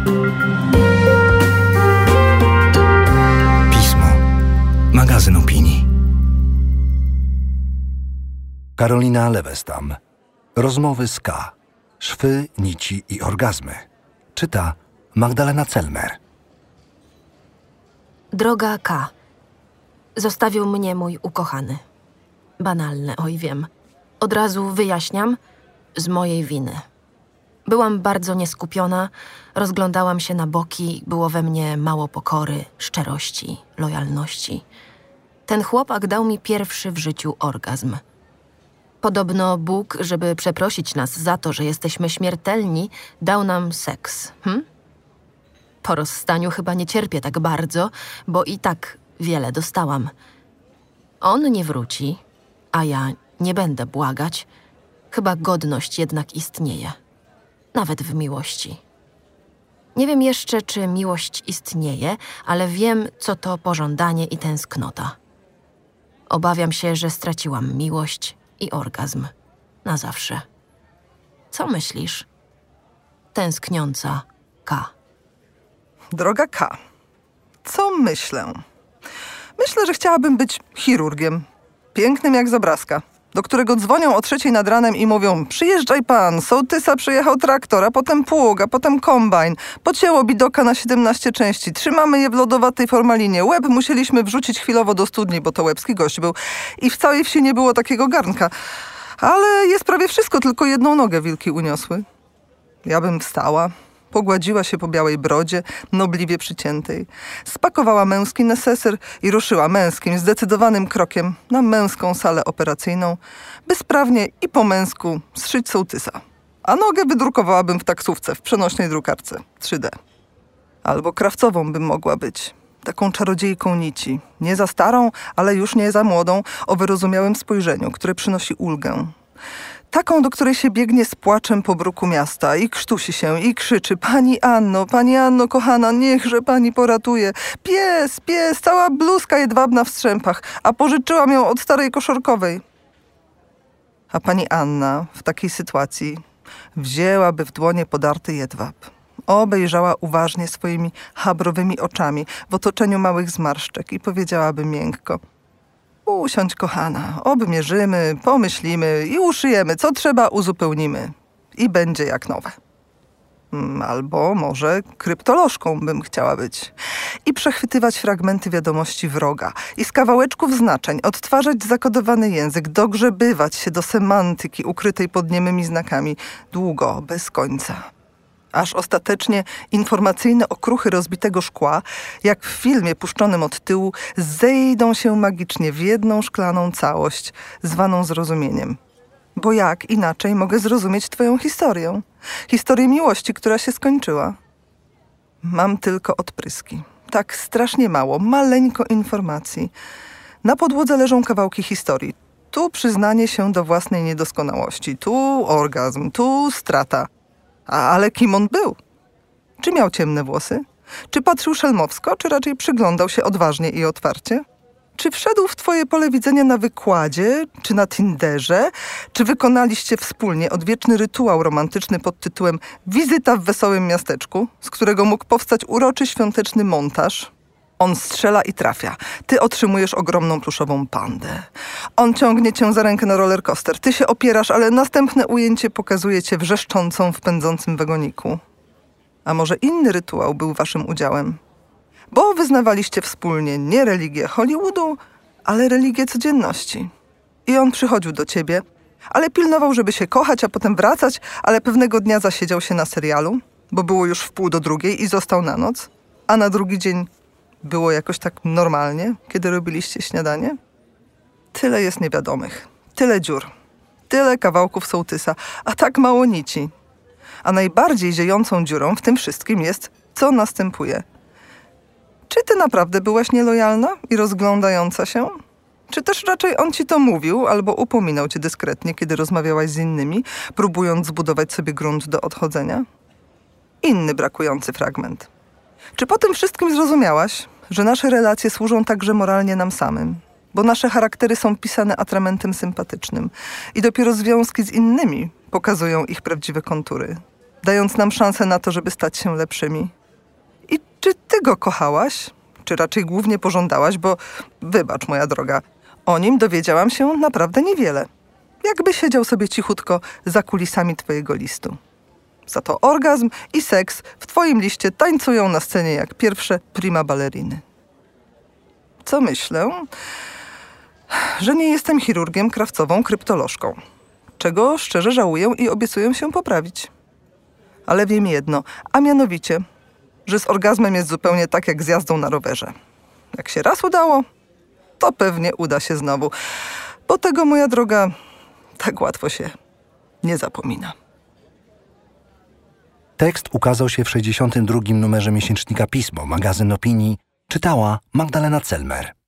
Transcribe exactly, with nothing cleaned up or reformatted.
Pismo. Magazyn opinii. Karolina Lewestam. Rozmowy z K. Szwy, nici i orgazmy. Czyta Magdalena Celmer. Droga K. Zostawił mnie mój ukochany. Banalne, oj wiem. Od razu wyjaśniam, z mojej winy. Byłam bardzo nieskupiona, rozglądałam się na boki, było we mnie mało pokory, szczerości, lojalności. Ten chłopak dał mi pierwszy w życiu orgazm. Podobno Bóg, żeby przeprosić nas za to, że jesteśmy śmiertelni, dał nam seks. Hm? Po rozstaniu chyba nie cierpię tak bardzo, bo i tak wiele dostałam. On nie wróci, a ja nie będę błagać. Chyba godność jednak istnieje. Nawet w miłości. Nie wiem jeszcze, czy miłość istnieje, ale wiem, co to pożądanie i tęsknota. Obawiam się, że straciłam miłość i orgazm. Na zawsze. Co myślisz? Tęskniąca K. Droga K. Co myślę? Myślę, że chciałabym być chirurgiem. Pięknym jak z obrazka. Do którego dzwonią o trzeciej nad ranem i mówią: przyjeżdżaj pan, sołtysa przyjechał traktor, a potem pług, a potem kombajn. Pocięło bidoka na siedemnaście części. Trzymamy je w lodowatej formalinie. Łeb musieliśmy wrzucić chwilowo do studni, bo to łebski gość był. I w całej wsi nie było takiego garnka. Ale jest prawie wszystko, tylko jedną nogę wilki uniosły. Ja bym wstała, pogładziła się po białej brodzie, nobliwie przyciętej. Spakowała męski neseser i ruszyła męskim, zdecydowanym krokiem na męską salę operacyjną, by sprawnie i po męsku zszyć sołtysa. A nogę wydrukowałabym w taksówce, w przenośnej drukarce trzy D. Albo krawcową bym mogła być. Taką czarodziejką nici. Nie za starą, ale już nie za młodą, o wyrozumiałym spojrzeniu, które przynosi ulgę. Taką, do której się biegnie z płaczem po bruku miasta i krztusi się i krzyczy: pani Anno, pani Anno kochana, niechże pani poratuje. Pies, pies, cała bluzka jedwabna w strzępach, a pożyczyłam ją od starej koszorkowej. A pani Anna w takiej sytuacji wzięłaby w dłonie podarty jedwab. Obejrzała uważnie swoimi habrowymi oczami w otoczeniu małych zmarszczek i powiedziałaby miękko: usiądź kochana, obmierzymy, pomyślimy i uszyjemy, co trzeba uzupełnimy. I będzie jak nowe. Albo może kryptolożką bym chciała być. I przechwytywać fragmenty wiadomości wroga. I z kawałeczków znaczeń odtwarzać zakodowany język, dogrzebywać się do semantyki ukrytej pod niemymi znakami. Długo, bez końca. Aż ostatecznie informacyjne okruchy rozbitego szkła, jak w filmie puszczonym od tyłu, zejdą się magicznie w jedną szklaną całość, zwaną zrozumieniem. Bo jak inaczej mogę zrozumieć twoją historię? Historię miłości, która się skończyła. Mam tylko odpryski. Tak strasznie mało, maleńko informacji. Na podłodze leżą kawałki historii. Tu przyznanie się do własnej niedoskonałości, tu orgazm, tu strata. A, ale kim on był? Czy miał ciemne włosy? Czy patrzył szelmowsko, czy raczej przyglądał się odważnie i otwarcie? Czy wszedł w twoje pole widzenia na wykładzie, czy na Tinderze? Czy wykonaliście wspólnie odwieczny rytuał romantyczny pod tytułem Wizyta w wesołym miasteczku, z którego mógł powstać uroczy świąteczny montaż? On strzela i trafia. Ty otrzymujesz ogromną pluszową pandę. On ciągnie cię za rękę na rollercoaster. Ty się opierasz, ale następne ujęcie pokazuje cię wrzeszczącą w pędzącym wagoniku. A może inny rytuał był waszym udziałem? Bo wyznawaliście wspólnie nie religię Hollywoodu, ale religię codzienności. I on przychodził do ciebie, ale pilnował, żeby się kochać, a potem wracać, ale pewnego dnia zasiedział się na serialu, bo było już w pół do drugiej i został na noc, a na drugi dzień było jakoś tak normalnie, kiedy robiliście śniadanie? Tyle jest niewiadomych, tyle dziur, tyle kawałków sołtysa, a tak mało nici. A najbardziej ziejącą dziurą w tym wszystkim jest, co następuje. Czy ty naprawdę byłaś nielojalna i rozglądająca się? Czy też raczej on ci to mówił albo upominał cię dyskretnie, kiedy rozmawiałaś z innymi, próbując zbudować sobie grunt do odchodzenia? Inny brakujący fragment. Czy po tym wszystkim zrozumiałaś, że nasze relacje służą także moralnie nam samym? Bo nasze charaktery są pisane atramentem sympatycznym i dopiero związki z innymi pokazują ich prawdziwe kontury. dając nam szansę na to, żeby stać się lepszymi. I czy ty go kochałaś? Czy raczej głównie pożądałaś? Bo wybacz, moja droga, o nim dowiedziałam się naprawdę niewiele. Jakby siedział sobie cichutko za kulisami twojego listu. Za to orgazm i seks w twoim liście tańcują na scenie jak pierwsze prima balleriny. Co myślę? Że nie jestem chirurgiem, krawcową, kryptolożką. Czego szczerze żałuję i obiecuję się poprawić. Ale wiem jedno, a mianowicie, że z orgazmem jest zupełnie tak jak z jazdą na rowerze. Jak się raz udało, to pewnie uda się znowu. Bo tego, moja droga, tak łatwo się nie zapomina. Tekst ukazał się w sześćdziesiątym drugim numerze miesięcznika Pismo, magazyn opinii. Czytała Magdalena Celmer.